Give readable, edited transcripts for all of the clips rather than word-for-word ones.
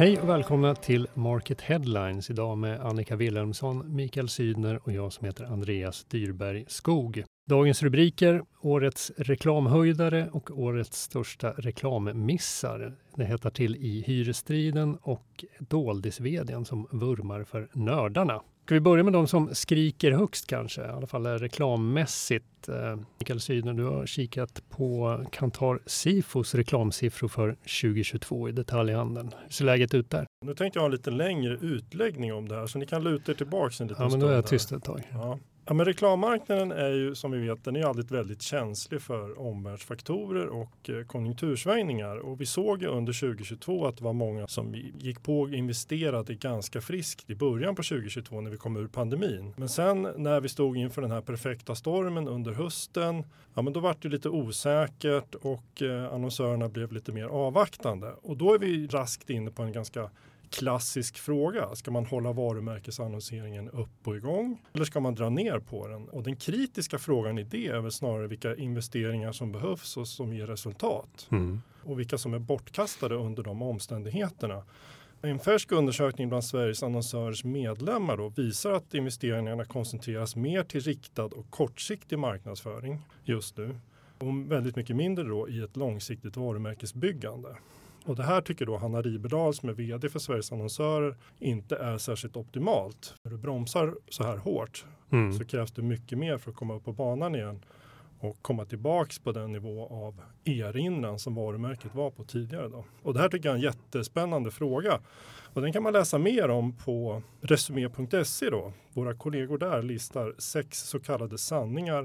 Hej och välkomna till Market Headlines idag med Annika Wilhelmsson, Mikael Sydner och jag som heter Andreas Dyrberg Skog. Dagens rubriker, årets reklamhöjdare och årets största reklammissar. Det hettar till i hyresstriden och doldis-vd:n som vurmar för nördarna. Ska vi börja med de som skriker högst kanske, i alla fall reklammässigt. Mikael Sydner, du har kikat på Kantar Sifos reklamsiffror för 2022 i detaljhandeln. Hur ser läget ut där? Nu tänkte jag ha en lite längre utläggning om det här så ni kan luta er tillbaka en liten stund. Ja, men då är jag tyst ett tag. Ja, men reklammarknaden är ju som vi vet, den är alltid väldigt känslig för omvärldsfaktorer och konjunktursvängningar. Och vi såg ju under 2022 att det var många som gick på och investerade ganska friskt i början på 2022 när vi kom ur pandemin. Men sen när vi stod inför den här perfekta stormen under hösten, ja men då var det lite osäkert och annonsörerna blev lite mer avvaktande. Och då är vi raskt inne på en ganska klassisk fråga. Ska man hålla varumärkesannonseringen upp och igång eller ska man dra ner på den? Och den kritiska frågan i det är väl snarare vilka investeringar som behövs och som ger resultat. Och vilka som är bortkastade under de omständigheterna. En färsk undersökning bland Sveriges annonsörers medlemmar då visar att investeringarna koncentreras mer till riktad och kortsiktig marknadsföring just nu. Och väldigt mycket mindre då i ett långsiktigt varumärkesbyggande. Och det här tycker då Hanna Riberdal som är vd för Sveriges annonsörer inte är särskilt optimalt. När du bromsar så här hårt så krävs det mycket mer för att komma upp på banan igen och komma tillbaks på den nivå av erinran som varumärket var på tidigare då. Och det här tycker jag är en jättespännande fråga. Och den kan man läsa mer om på resumé.se då. Våra kollegor där listar 6 så kallade sanningar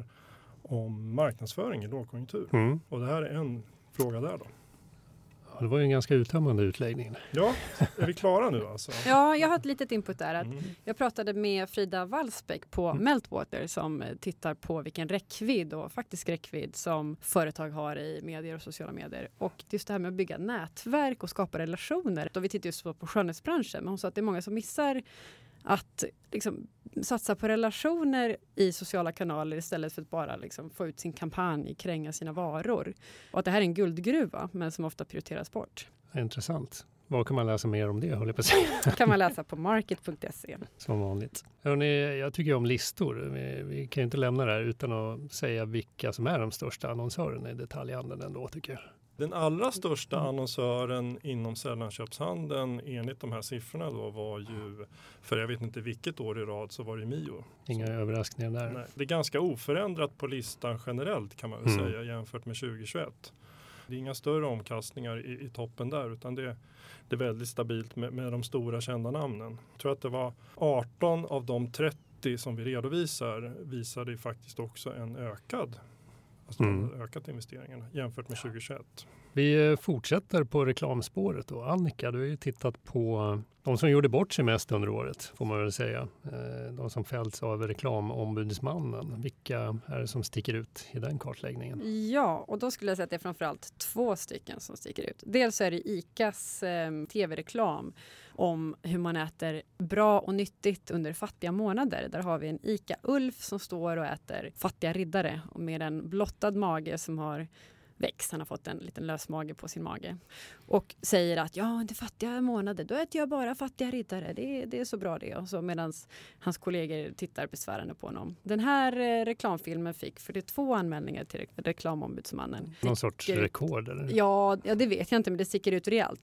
om marknadsföring i lågkonjunktur. Och det här är en fråga där då. Det var ju en ganska uttömmande utläggning. Ja, är vi klara nu alltså? Ja, jag har ett litet input där. Att jag pratade med Frida Wallsbäck på Meltwater som tittar på vilken räckvidd och faktisk räckvidd som företag har i medier och sociala medier. Och just det här med att bygga nätverk och skapa relationer. Och vi tittar just på skönhetsbranschen, men hon sa att det är många som missar att liksom satsa på relationer i sociala kanaler istället för att bara liksom få ut sin kampanj, kränga sina varor. Och att det här är en guldgruva men som ofta prioriteras bort. Intressant. Vad kan man läsa mer om det? Håller på att säga. Kan man läsa på market.se. Som vanligt. Hörrni, jag tycker om listor. Vi kan ju inte lämna det här utan att säga vilka som är de största annonsörerna i detaljhandeln ändå tycker jag. Den allra största annonsören inom sällanköpshandeln enligt de här siffrorna då var ju, för jag vet inte vilket år i rad, så var det Mio. Inga överraskningar där. Nej, det är ganska oförändrat på listan generellt kan man väl säga jämfört med 2021. Det är inga större omkastningar i toppen där utan det är väldigt stabilt med de stora kända namnen. Jag tror att det var 18 av de 30 som vi redovisar visade ju faktiskt också en ökat investeringarna jämfört med 2021. Vi fortsätter på reklamspåret då. Annika, du har ju tittat på de som gjorde bort sig mest under året får man väl säga. De som fällts av reklamombudsmannen. Vilka är det som sticker ut i den kartläggningen? Ja, och då skulle jag säga att det är framförallt 2 stycken som sticker ut. Dels är det ICAs tv-reklam om hur man äter bra och nyttigt under fattiga månader. Där har vi en ICA-Ulf som står och äter fattiga riddare och med en blottad mage som har växt. Han har fått en liten lösmage på sin mage. Och säger att under fattiga månader då äter jag bara fattiga riddare. Det är så bra det. Och så medan hans kollegor tittar besvärande på honom. Den här reklamfilmen fick 42 anmälningar till reklamombudsmannen. Någon sorts rekord eller? Ja, det vet jag inte men det sticker ut rejält.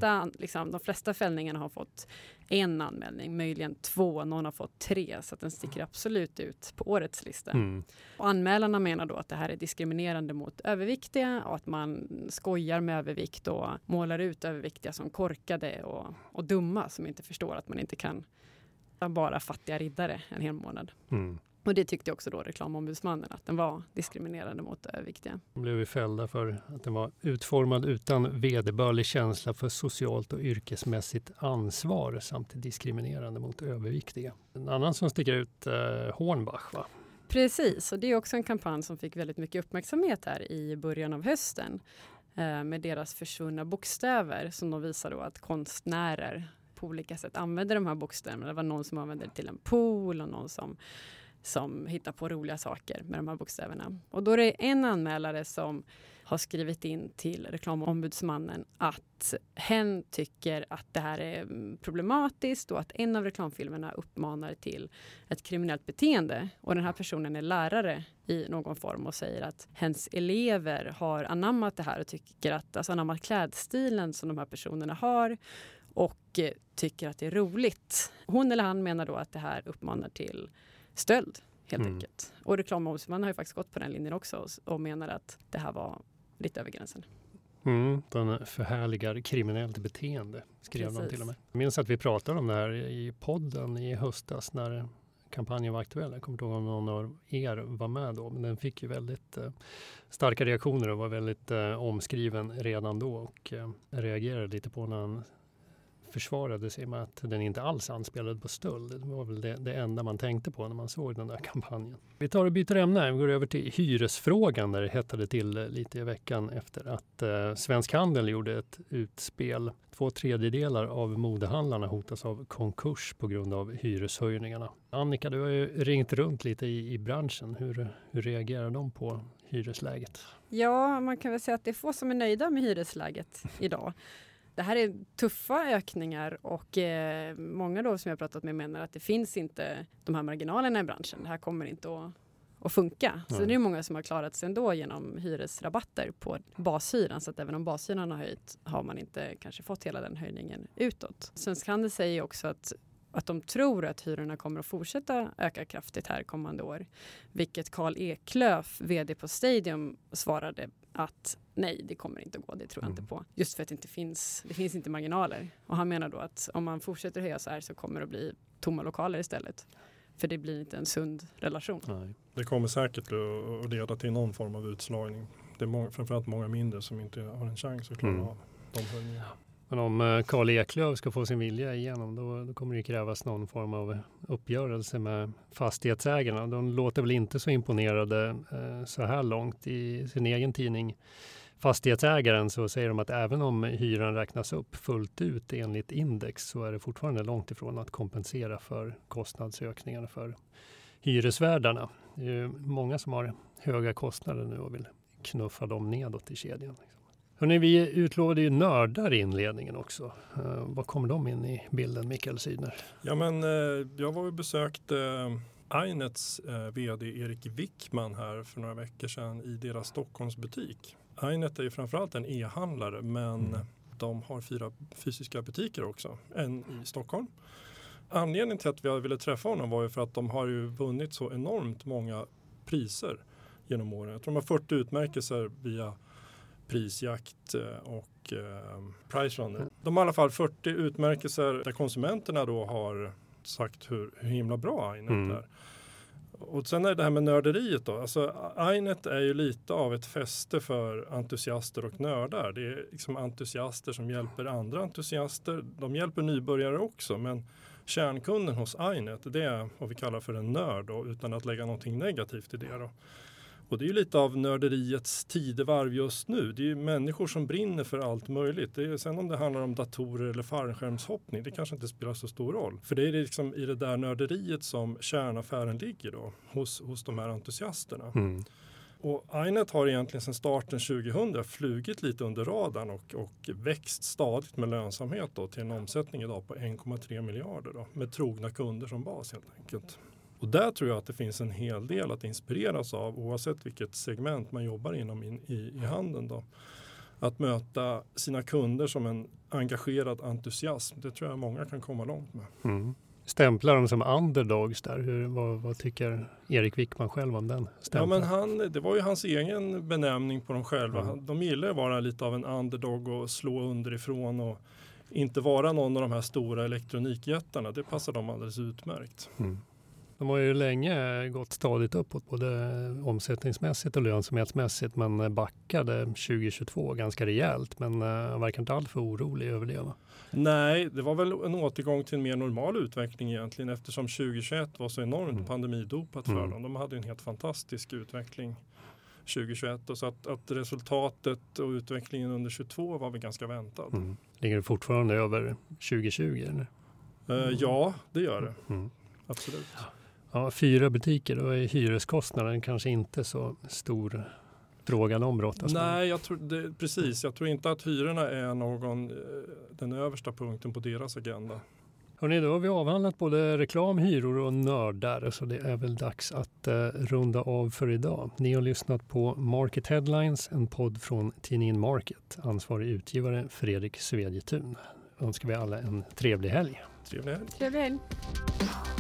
De flesta fällningarna har fått 1 anmälning, möjligen 2. Någon har fått 3 så att den sticker absolut ut på årets lista. Och anmälarna menar då att det här är diskriminerande mot överviktiga och att man skojar med övervikt och målar ut överviktiga som korkade och dumma som inte förstår att man inte kan bara fattiga riddare en hel månad. Och det tyckte också då reklamombudsmannen att den var diskriminerande mot överviktiga. De blev ju fällda för att den var utformad utan vederbörlig känsla för socialt och yrkesmässigt ansvar samt diskriminerande mot överviktiga. En annan som sticker ut Hornbach va? Precis, och det är också en kampanj som fick väldigt mycket uppmärksamhet här i början av hösten med deras försvunna bokstäver som de visar då att konstnärer på olika sätt använder de här bokstäverna. Det var någon som använde det till en pool och någon som hittar på roliga saker med de här bokstäverna. Och då är det en anmälare som har skrivit in till reklamombudsmannen att hen tycker att det här är problematiskt och att en av reklamfilmerna uppmanar till ett kriminellt beteende. Och den här personen är lärare i någon form och säger att hens elever har anammat det här och tycker att, alltså anammat klädstilen som de här personerna har och tycker att det är roligt. Hon eller han menar då att det här uppmanar till stöld helt enkelt. Och reklamombudsmannen har ju faktiskt gått på den linjen också och menar att det här var lite över gränsen. Den förhärligar kriminellt beteende, skrev de till och med. Jag minns att vi pratade om det här i podden i höstas när kampanjen var aktuell. Jag kommer inte ihåg om någon av er var med då, men den fick ju väldigt starka reaktioner och var väldigt omskriven redan då och reagerade lite på när han försvarade sig med att den inte alls anspelade på stöld. Det var väl det enda man tänkte på när man såg den där kampanjen. Vi tar och byter ämne. Vi går över till hyresfrågan där det hettade till lite i veckan efter att Svensk Handel gjorde ett utspel. 2/3 av modehandlarna hotas av konkurs på grund av hyreshöjningarna. Annika, du har ju ringt runt lite i branschen. Hur reagerar de på hyresläget? Ja, man kan väl säga att det är få som är nöjda med hyresläget idag. Det här är tuffa ökningar och många då som jag pratat med menar att det finns inte de här marginalerna i branschen. Det här kommer inte att funka. Så det är många som har klarat sig ändå genom hyresrabatter på bashyran. Så att även om bashyran har höjt har man inte kanske fått hela den höjningen utåt. Svensk Handel säger också att de tror att hyrorna kommer att fortsätta öka kraftigt här kommande år. Vilket Carl Eklöf, vd på Stadium, svarade att nej, det kommer inte att gå, det tror jag inte på. Just för att det finns inte marginaler. Och han menar då att om man fortsätter höja så här så kommer det att bli tomma lokaler istället. För det blir inte en sund relation. Nej. Det kommer säkert att leda till någon form av utslagning. Det är framförallt många mindre som inte har en chans att klara av de höjningarna. Men om Carl Eklöf ska få sin vilja igenom då kommer det krävas någon form av uppgörelse med fastighetsägarna. De låter väl inte så imponerade så här långt. I sin egen tidning Fastighetsägaren så säger de att även om hyran räknas upp fullt ut enligt index så är det fortfarande långt ifrån att kompensera för kostnadsökningarna för hyresvärdarna. Det är ju många som har höga kostnader nu och vill knuffa dem nedåt i kedjan. Hörrni, vi utlovade ju nördar i inledningen också. Vad kommer de in i bilden, Mikael Sydner? Ja, men jag var och besökte Einets vd Erik Wickman här för några veckor sedan i deras Stockholmsbutik. Einet är ju framförallt en e-handlare, men de har 4 fysiska butiker också. En i Stockholm. Anledningen till att vi ville träffa honom var ju för att de har ju vunnit så enormt många priser genom åren. Jag tror de har 40 utmärkelser via Prisjakt och Price Runner. De har i alla fall 40 utmärkelser där konsumenterna då har sagt hur himla bra Einet är. Och sen är det här med nörderiet då. Alltså Einet är ju lite av ett fäste för entusiaster och nördar. Det är liksom entusiaster som hjälper andra entusiaster. De hjälper nybörjare också, men kärnkunden hos Einet, det är vad vi kallar för en nörd då, utan att lägga någonting negativt i det då. Och det är ju lite av nörderiets tidevarv just nu. Det är ju människor som brinner för allt möjligt. Sen om det handlar om datorer eller fallskärmshoppning, det kanske inte spelar så stor roll. För det är liksom i det där nörderiet som kärnaffären ligger då, hos de här entusiasterna. Och Einet har egentligen sedan starten 2000 flugit lite under radarn och växt stadigt med lönsamhet då, till en omsättning idag på 1,3 miljarder då, med trogna kunder som bas helt enkelt. Och där tror jag att det finns en hel del att inspireras av oavsett vilket segment man jobbar inom i handeln då. Att möta sina kunder som en engagerad entusiasm, det tror jag många kan komma långt med. Stämplar de som underdogs där? Vad tycker Erik Wickman själv om den stämpeln? Ja, men det var ju hans egen benämning på dem själva. De gillar att vara lite av en underdog och slå underifrån och inte vara någon av de här stora elektronikjättarna. Det passar dem alldeles utmärkt. De har ju länge gått stadigt uppåt både omsättningsmässigt och lönsamhetsmässigt, men backade 2022 ganska rejält, men verkar inte alltför orolig över det, va? Nej, det var väl en återgång till en mer normal utveckling egentligen, eftersom 2021 var så enormt pandemidopat för dem. De hade en helt fantastisk utveckling 2021 och så att resultatet och utvecklingen under 2022 var väl ganska väntad. Ligger det fortfarande över 2020 eller? Ja, det gör det. Absolut. Ja, 4 butiker, då är hyreskostnaden kanske inte så stor frågan de brottas med? Nej, jag tror inte att hyrorna är den översta punkten på deras agenda. Hörrni, då har vi avhandlat både reklam, hyror och nördar, så det är väl dags att runda av för idag. Ni har lyssnat på Market Headlines, en podd från tidningen Market. Ansvarig utgivare Fredrik Svedjetun. Önskar vi alla en trevlig helg. Trevlig helg. Trevlig helg.